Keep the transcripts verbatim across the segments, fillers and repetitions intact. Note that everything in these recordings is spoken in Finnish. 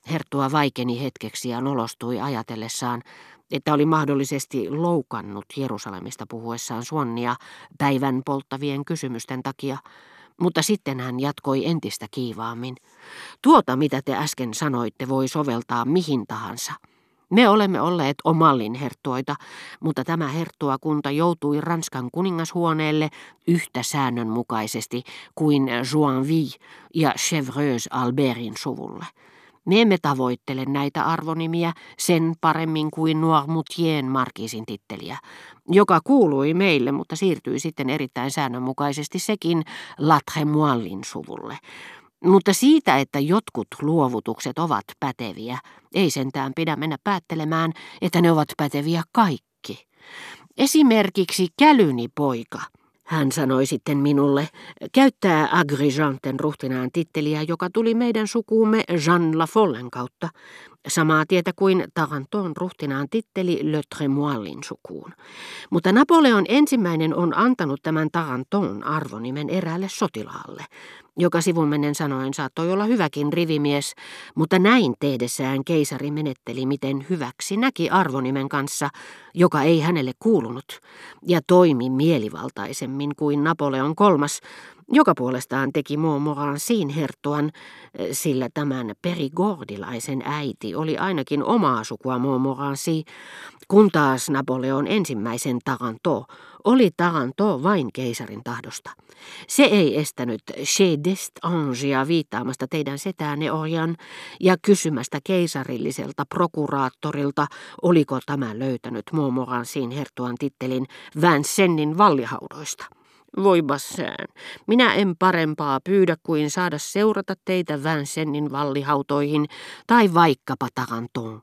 Herttua vaikeni hetkeksi ja nolostui ajatellessaan, että oli mahdollisesti loukannut Jerusalemista puhuessaan Suonnia päivän polttavien kysymysten takia, mutta sitten hän jatkoi entistä kiivaammin. Tuota, mitä te äsken sanoitte, voi soveltaa mihin tahansa. Me olemme olleet Omallin herttuoita, mutta tämä herttuakunta joutui Ranskan kuningashuoneelle yhtä säännönmukaisesti kuin Joinville ja Chevreuse Albertin suvulle. Me emme tavoittele näitä arvonimiä sen paremmin kuin Noirmoutien markiisin titteliä, joka kuului meille, mutta siirtyi sitten erittäin säännönmukaisesti sekin La Trémoillin suvulle. Mutta siitä, että jotkut luovutukset ovat päteviä, ei sentään pidä mennä päättelemään, että ne ovat päteviä kaikki. Esimerkiksi Kälyni poika, hän sanoi sitten minulle, käyttää Agrigentin ruhtinaan titteliä, joka tuli meidän sukuumme Jean La Follen kautta, samaa tietä kuin Taranton ruhtinaan titteli Le Trémoillin sukuun. Mutta Napoleon ensimmäinen on antanut tämän Taranton arvonimen eräälle sotilaalle, joka sivunmennen sanoen saattoi olla hyväkin rivimies, mutta näin tehdessään keisari menetteli miten hyväksi näki arvonimen kanssa, joka ei hänelle kuulunut, ja toimi mielivaltaisemmin kuin Napoleon kolmas, joka puolestaan teki Montmorencin herttuan, sillä tämän perigordilaisen äiti oli ainakin omaa sukua Montmorency, kun taas Napoleon ensimmäisen Taranto oli Taranto vain keisarin tahdosta. Se ei estänyt Chez d'Estangea viittaamasta teidän setäänne Orjan ja kysymästä keisarilliselta prokuraattorilta, oliko tämä löytänyt Montmorencin herttuan tittelin Vincennes vallihaudoista. Voi Bassin, minä en parempaa pyydä kuin saada seurata teitä Vincennes vallihautoihin tai vaikkapa Tarantoon.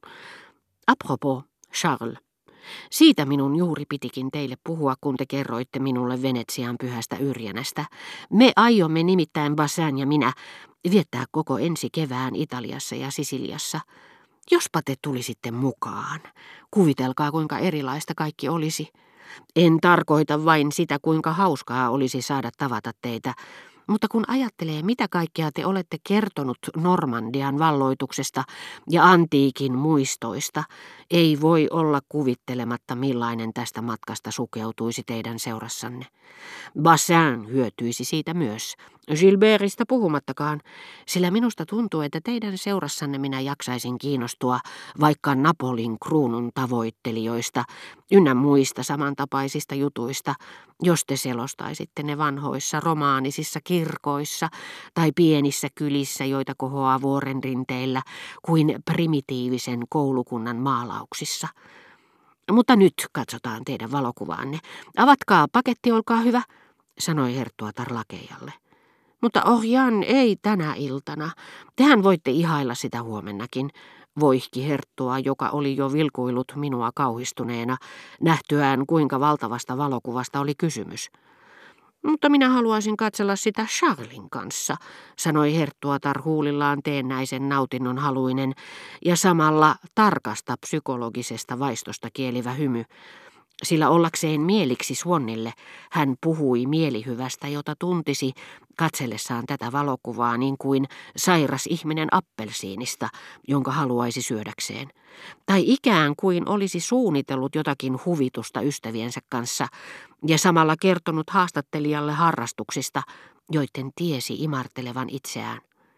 Apropos, Charles, siitä minun juuri pitikin teille puhua, kun te kerroitte minulle Venetsian pyhästä Yrjänästä. Me aiomme nimittäin Bassin ja minä viettää koko ensi kevään Italiassa ja Sisiliassa. Jospa te tulisitte mukaan. Kuvitelkaa, kuinka erilaista kaikki olisi. En tarkoita vain sitä, kuinka hauskaa olisi saada tavata teitä, mutta kun ajattelee, mitä kaikkea te olette kertonut Normandian valloituksesta ja antiikin muistoista, ei voi olla kuvittelematta, millainen tästä matkasta sukeutuisi teidän seurassanne. Bassin hyötyisi siitä myös, Gilbertista puhumattakaan, sillä minusta tuntuu, että teidän seurassanne minä jaksaisin kiinnostua vaikka Napolin kruunun tavoittelijoista ynnä muista samantapaisista jutuista, jos te selostaisitte ne vanhoissa romaanisissa kirkoissa tai pienissä kylissä, joita kohoaa vuoren rinteillä, kuin primitiivisen koulukunnan maalauksissa. Mutta nyt katsotaan teidän valokuvaanne. Avatkaa paketti, olkaa hyvä, sanoi herttuatar lakeijalle. Mutta Orjan ei tänä iltana. Tehän voitte ihailla sitä huomennakin, voihki herttua, joka oli jo vilkuillut minua kauhistuneena, nähtyään kuinka valtavasta valokuvasta oli kysymys. Mutta minä haluaisin katsella sitä Charlesin kanssa, sanoi herttuatar huulillaan teennäisen nautinnon haluinen ja samalla tarkasta psykologisesta vaistosta kielivä hymy. Sillä ollakseen mieliksi Suonnille hän puhui mielihyvästä, jota tuntisi katsellessaan tätä valokuvaa niin kuin sairas ihminen appelsiinista, jonka haluaisi syödäkseen. Tai ikään kuin olisi suunnitellut jotakin huvitusta ystäviensä kanssa ja samalla kertonut haastattelijalle harrastuksista, joiden tiesi imartelevan itseään.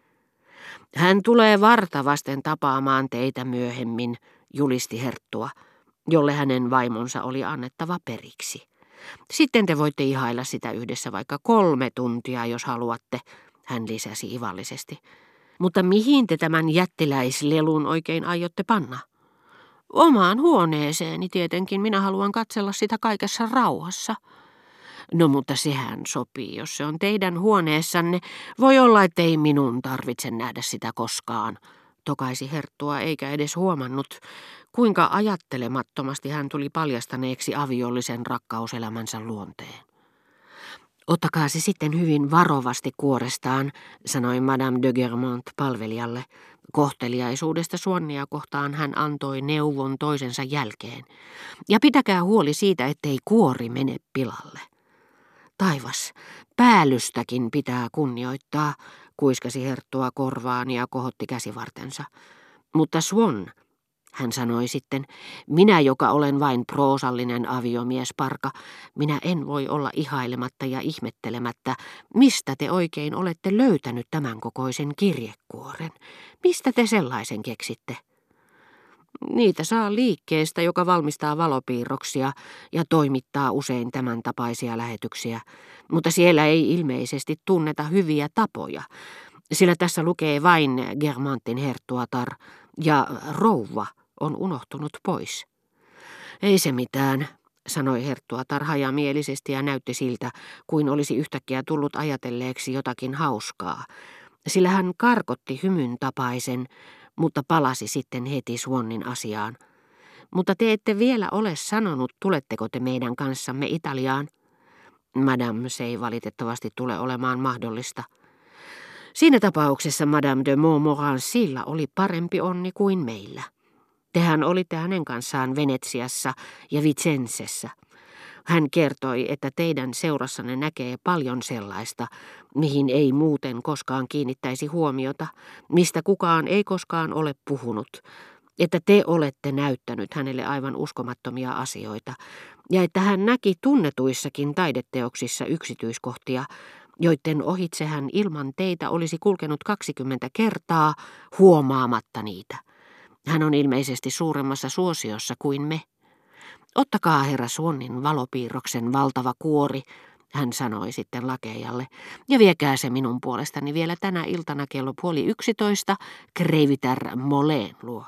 Hän tulee varta vasten tapaamaan teitä myöhemmin, julisti herttua, jolle hänen vaimonsa oli annettava periksi. Sitten te voitte ihailla sitä yhdessä vaikka kolme tuntia, jos haluatte, hän lisäsi ivallisesti. Mutta mihin te tämän jättiläislelun oikein aiotte panna? Omaan huoneeseeni tietenkin, minä haluan katsella sitä kaikessa rauhassa. No mutta sehän sopii, jos se on teidän huoneessanne. Voi olla, ettei minun tarvitse nähdä sitä koskaan, tokaisi herttua eikä edes huomannut, kuinka ajattelemattomasti hän tuli paljastaneeksi aviollisen rakkauselämänsä luonteen. Ottakaa se sitten hyvin varovasti kuorestaan, sanoi Madame de Guermantes palvelijalle. Kohteliaisuudesta Suonnia kohtaan hän antoi neuvon toisensa jälkeen. Ja pitäkää huoli siitä, ettei kuori mene pilalle. Taivas, päällystäkin pitää kunnioittaa, kuiskasi herttua korvaan ja kohotti käsivartensa. Mutta Swan, hän sanoi sitten, minä joka olen vain proosallinen aviomiesparka, minä en voi olla ihailematta ja ihmettelemättä, mistä te oikein olette löytänyt tämän kokoisen kirjekuoren. Mistä te sellaisen keksitte? Niitä saa liikkeestä, joka valmistaa valopiirroksia ja toimittaa usein tämän tapaisia lähetyksiä, mutta siellä ei ilmeisesti tunneta hyviä tapoja, sillä tässä lukee vain Guermantin herttuatar ja rouva on unohtunut pois. Ei se mitään, sanoi herttuatar hajamielisesti ja näytti siltä, kuin olisi yhtäkkiä tullut ajatelleeksi jotakin hauskaa, sillä hän karkotti hymyn tapaisen, mutta palasi sitten heti Swannin asiaan. Mutta te ette vielä ole sanonut, tuletteko te meidän kanssamme Italiaan? Madame, se ei valitettavasti tule olemaan mahdollista. Siinä tapauksessa Madame de Montmorencilla oli parempi onni kuin meillä. Tehän olitte hänen kanssaan Venetsiassa ja Vicenzessä. Hän kertoi, että teidän seurassanne näkee paljon sellaista, mihin ei muuten koskaan kiinnittäisi huomiota, mistä kukaan ei koskaan ole puhunut, että te olette näyttänyt hänelle aivan uskomattomia asioita, ja että hän näki tunnetuissakin taideteoksissa yksityiskohtia, joiden ohitse hän ilman teitä olisi kulkenut kaksikymmentä kertaa huomaamatta niitä. Hän on ilmeisesti suuremmassa suosiossa kuin me. Ottakaa herra Swannin valopiirroksen valtava kuori, hän sanoi sitten lakeajalle, ja viekää se minun puolestani vielä tänä iltana kello puoli yksitoista Kreivitär Moleen luo.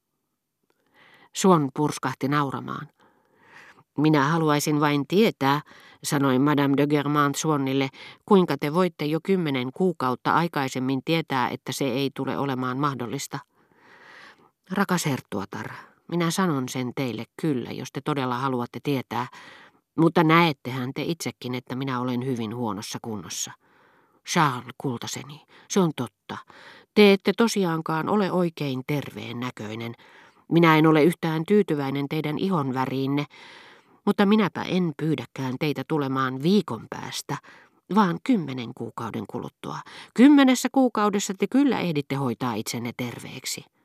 Swan purskahti nauramaan. Minä haluaisin vain tietää, sanoi Madame de Guermantes Swannille, kuinka te voitte jo kymmenen kuukautta aikaisemmin tietää, että se ei tule olemaan mahdollista. Rakas herttuatar, minä sanon sen teille kyllä, jos te todella haluatte tietää, mutta näettehän te itsekin, että minä olen hyvin huonossa kunnossa. Charles, kultaseni, se on totta. Te ette tosiaankaan ole oikein terveen näköinen. Minä en ole yhtään tyytyväinen teidän ihonväriinne, mutta minäpä en pyydäkään teitä tulemaan viikon päästä, vaan kymmenen kuukauden kuluttua. Kymmenessä kuukaudessa te kyllä ehditte hoitaa itsenne terveeksi.